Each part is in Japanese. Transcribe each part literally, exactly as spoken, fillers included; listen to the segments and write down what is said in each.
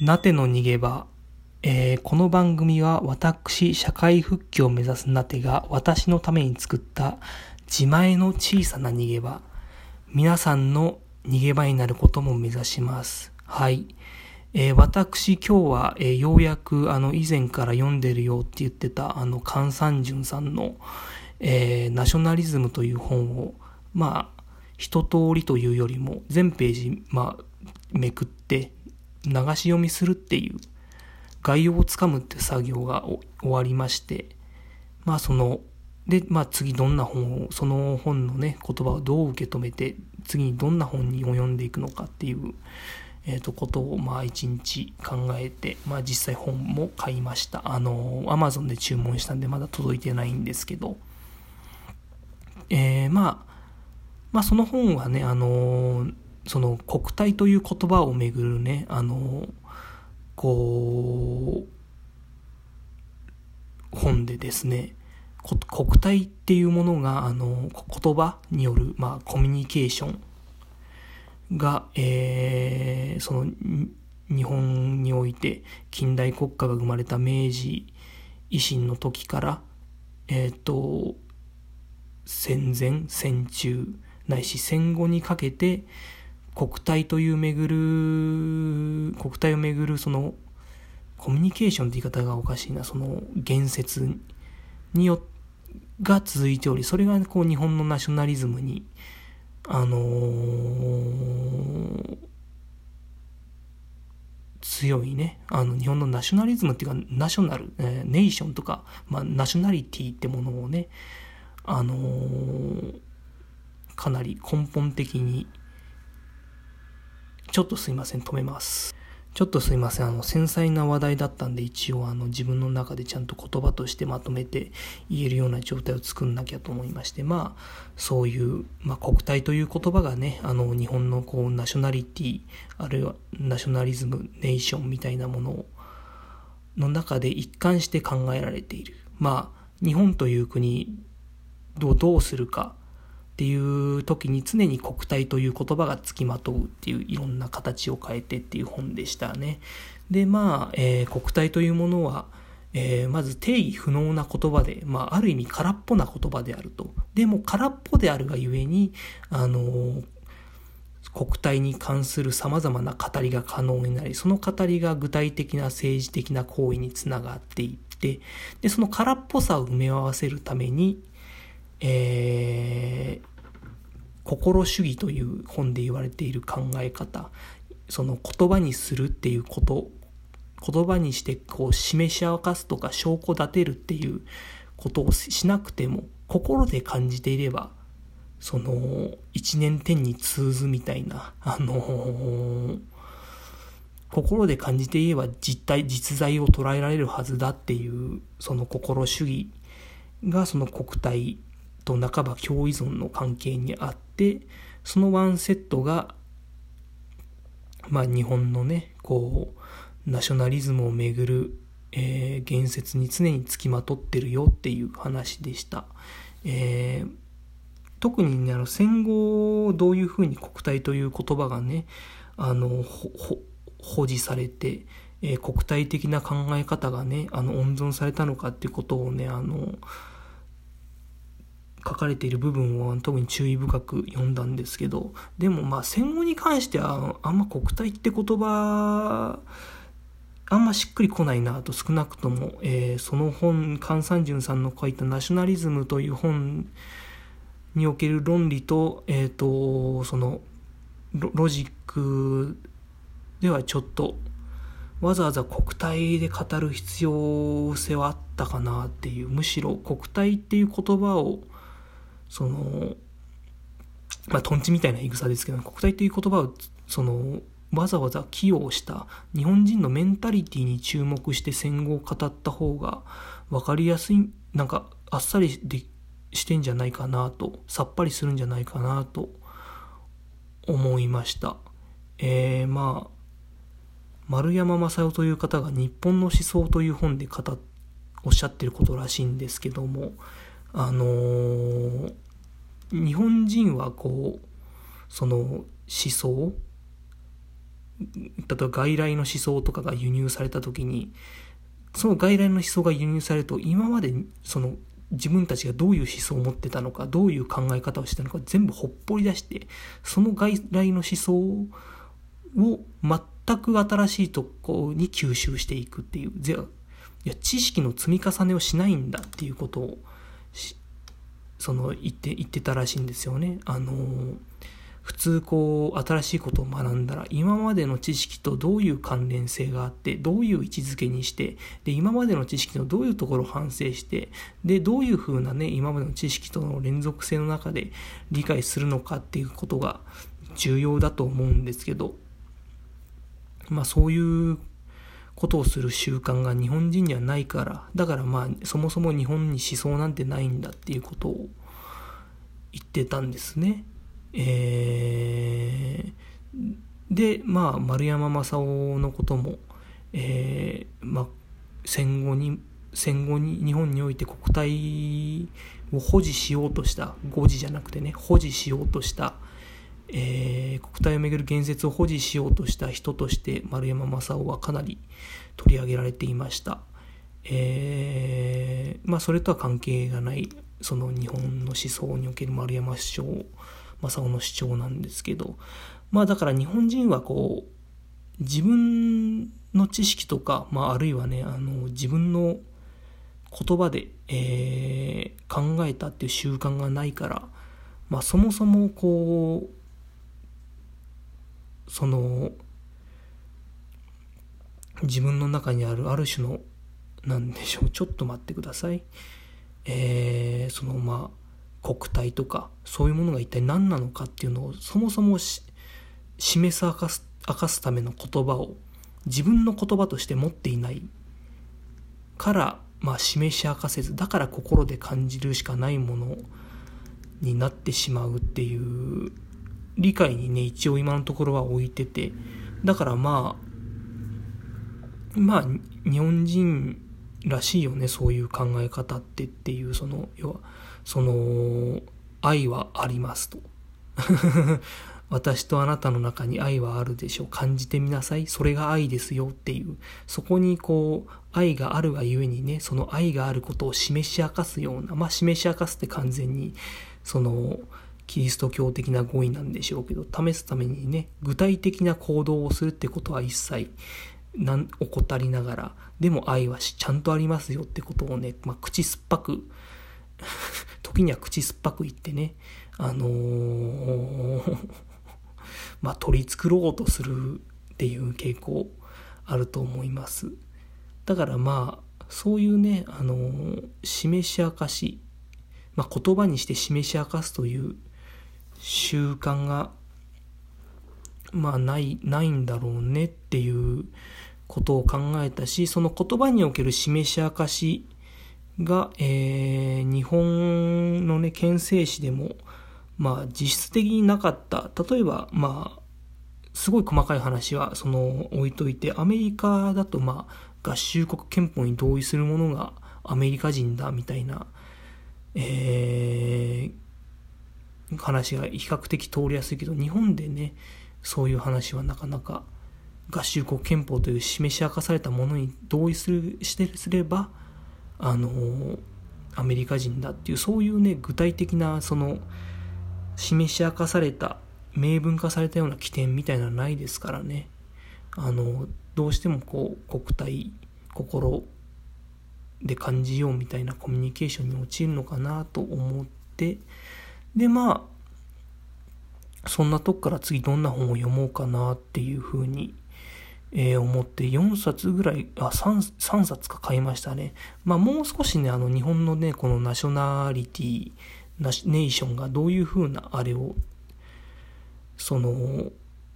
なての逃げ場、えーこの番組は私、社会復帰を目指すなてが私のために作った自前の小さな逃げ場、皆さんの逃げ場になることも目指します。はい。えー私、今日は、えーようやくあの以前から読んでるよって言ってたあの菅三淳さんの、えーナショナリズムという本を、まあ、一通りというよりも全ページ、まあ、めくって流し読みするっていう概要をつかむっていう作業が終わりまして、まあそので、まあ次どんな本を、その本のね、言葉をどう受け止めて、次にどんな本を読んでいくのかっていう、えっと、ことを、まあ一日考えて、まあ実際本も買いました。あの、アマゾンで注文したんでまだ届いてないんですけど、えー、まあ、まあその本はね、あの、その国体という言葉をめぐるね、あの、こう、本でですね、国体っていうものが、あの、言葉による、まあ、コミュニケーションが、えー、その、日本において近代国家が生まれた明治維新の時から、えっと、戦前、戦中、ないし戦後にかけて、国体というめぐる、国体をめぐるその、コミュニケーションって言い方がおかしいな、その言説によが続いており、それがこう日本のナショナリズムに、あのー、強いね、あの日本のナショナリズムっていうか、ナショナル、えー、ネーションとか、まあ、ナショナリティってものをね、あのー、かなり根本的に、ちょっとすいません、止めます。ちょっとすいません、あの、繊細な話題だったんで、一応あの、自分の中でちゃんと言葉としてまとめて言えるような状態を作んなきゃと思いまして、まあ、そういう、まあ、国体という言葉がね、あの、日本のこう、ナショナリティ、あるいはナショナリズム、ネーションみたいなものの中で一貫して考えられている。まあ、日本という国をどうするか、っていう時に常に国体という言葉がつきまとうっていういろんな形を変えてっていう本でしたね。で、まあ、えー、国体というものは、えー、まず定義不能な言葉で、まあ、ある意味空っぽな言葉であると。でも空っぽであるがゆえに、あのー、国体に関する様々な語りが可能になり、その語りが具体的な政治的な行為につながっていって、で、その空っぽさを埋め合わせるために、えー、心主義という本で言われている考え方、その言葉にするっていうこと、言葉にしてこう示し明かすとか証拠立てるっていうことをしなくても、心で感じていれば、その一年天に通ずみたいな、あのー、心で感じていれば実体、実在を捉えられるはずだっていう、その心主義がその国体と半ば共依存の関係にあって、そのワンセットが、まあ日本のね、こう、ナショナリズムをめぐる、えー、言説に常につきまとってるよっていう話でした。えー、特にね、あの戦後どういうふうに国体という言葉がね、あの、ほ、ほ、保持されて、えー、国体的な考え方がね、あの温存されたのかっていうことをね、あの、書かれている部分を特に注意深く読んだんですけど、でもまあ戦後に関してはあんま国体って言葉あんましっくりこないなと、少なくとも、えー、その本、菅三淳さんの書いたナショナリズムという本における論理と、えっと、そのロ、ロジックではちょっとわざわざ国体で語る必要性はあったかなっていう、むしろ国体っていう言葉をその、まあ、トンチみたいな言い草ですけど、国体という言葉を、その、わざわざ起用した日本人のメンタリティに注目して戦後を語った方が分かりやすい、なんか、あっさりでしてんじゃないかなと、さっぱりするんじゃないかなと思いました。えー、まあ、丸山正代という方が日本の思想という本で語っ、おっしゃってることらしいんですけども、あのー、日本人はこうその思想例えば外来の思想とかが輸入された時に、その外来の思想が輸入されると、今までその自分たちがどういう思想を持ってたのか、どういう考え方をしてたのか全部ほっぽり出して、その外来の思想を全く新しいところに吸収していくっていう、いや知識の積み重ねをしないんだっていうことをその言って言ってたらしいんですよね。あの普通こう新しいことを学んだら、今までの知識とどういう関連性があって、どういう位置づけにして、で今までの知識のどういうところを反省して、でどういうふうなね今までの知識との連続性の中で理解するのかっていうことが重要だと思うんですけど、まあそういうことをする習慣が日本人にはないから、だからまあそもそも日本に思想なんてないんだっていうことを言ってたんですね。えー、でまあ丸山正雄のことも、えーまあ、戦後に戦後に日本において国体を保持しようとした護持じゃなくてね保持しようとした、えー、国体をめぐる言説を保持しようとした人として丸山正雄はかなり取り上げられていました。えー、まあそれとは関係がないその日本の思想における丸山正雄正雄の主張なんですけど、まあだから日本人はこう自分の知識とか、まああるいはねあの自分の言葉で、えー、考えたっていう習慣がないから、まあそもそもこうその自分の中にあるある種のなんでしょう、ちょっと待ってください、えー、そのまあ国体とかそういうものが一体何なのかっていうのをそもそもし示す明かす明かすための言葉を自分の言葉として持っていないから、まあ、示し明かせず、だから心で感じるしかないものになってしまうっていう理解にね一応今のところは置いてて、だからまあまあ日本人らしいよねそういう考え方ってっていう、その要はその愛はありますと私とあなたの中に愛はあるでしょう、感じてみなさい、それが愛ですよっていう、そこにこう愛があるがゆえにねその愛があることを示し明かすような、まあ示し明かすって完全にそのキリスト教的な語彙なんでしょうけど、試すためにね具体的な行動をするってことは一切なん怠りながら、でも愛はちゃんとありますよってことをね、まあ、口酸っぱく時には口酸っぱく言ってね、あのー、まあ取り繕ろうとするっていう傾向あると思います。だからまあそういうね、あのー、示し明かし、まあ、言葉にして示し明かすという習慣がまあないないんだろうねっていうことを考えたし、その言葉における示し明かしが、えー、日本のね憲政史でもまあ実質的になかった。例えばまあすごい細かい話はその置いといて、アメリカだとまあ合衆国憲法に同意する者がアメリカ人だみたいな、えー、話が比較的通りやすいけど、日本でねそういう話はなかなか、合衆国憲法という示し明かされたものに同意するしてすればあのアメリカ人だっていう、そういうね具体的なその示し明かされた明文化されたような起点みたいなのはないですからね、あのどうしてもこう国体心で感じようみたいなコミュニケーションに陥るのかなと思って、でまあそんなとこから次どんな本を読もうかなっていうふうに、えー、思ってよんさつぐらい、あ 3, さんさつか買いましたね。まあもう少しねあの日本のねこのナショナリティネーションがどういうふうなあれをその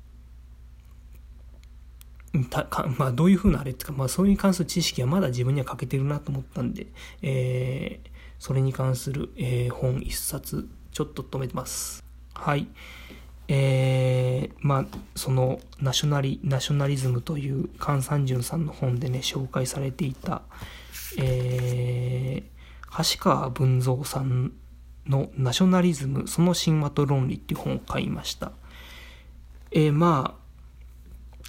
たかまあどういうふうなあれっていうか、まあそういうに関する知識はまだ自分には欠けてるなと思ったんで、えー、それに関する、えー、本一冊ちょっと止めてます。はい。えー、まあそのナショナリナショナリズムという菅三淳さんの本でね紹介されていた、えー、橋川文蔵さんのナショナリズムその神話と論理っていう本を買いました。えー、まあ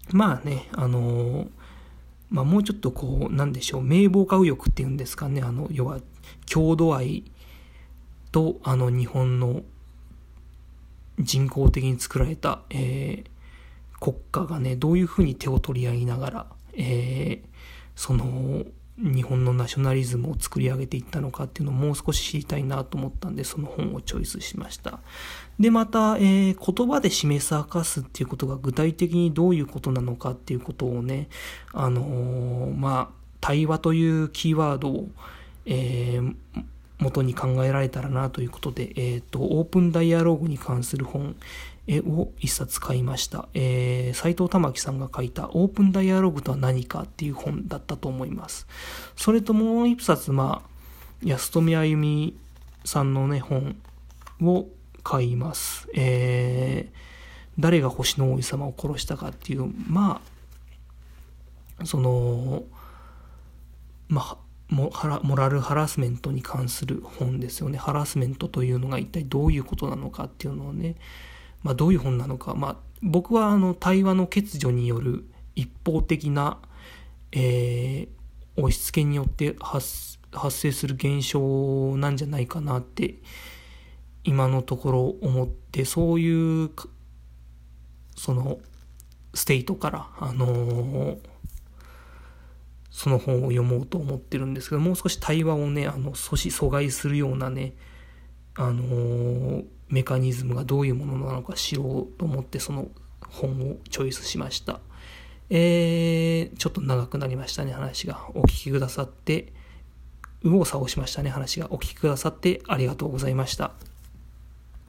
まあね、あのーまあもうちょっとこう、なんでしょう、名簿化右翼っていうんですかね、あの、要は、郷土愛と、あの、日本の人工的に作られた、えー、国家がね、どういうふうに手を取り合いながら、えー、その、日本のナショナリズムを作り上げていったのかっていうのをもう少し知りたいなと思ったんで、その本をチョイスしました。で、また、えー、言葉で示す明かすっていうことが具体的にどういうことなのかっていうことをね、あのー、まあ、対話というキーワードを、えー、元に考えられたらなということで、えっと、オープンダイアローグに関する本を一冊買いました。えー、斉藤玉樹さんが書いたオープンダイアローグとは何かっていう本だったと思います。それともう一冊、まあ、安富あゆみさんのね、本を買います。えー、誰が星の王子様を殺したかっていう、まあ、その、まあ、モラルハラスメントに関する本ですよね。ハラスメントというのが一体どういうことなのかっていうのをね、まあ、どういう本なのか、まあ、僕はあの対話の欠如による一方的な、えー、押し付けによって発、発生する現象なんじゃないかなって今のところ思って、そういうそのステートからあのーその本を読もうと思ってるんですけど、もう少し対話をね、あの阻止阻害するようなね、あのー、メカニズムがどういうものなのか知ろうと思ってその本をチョイスしました。えー、ちょっと長くなりましたね、話が。お聞きくださって、右往左往しましたね、話が。お聞きくださってありがとうございました。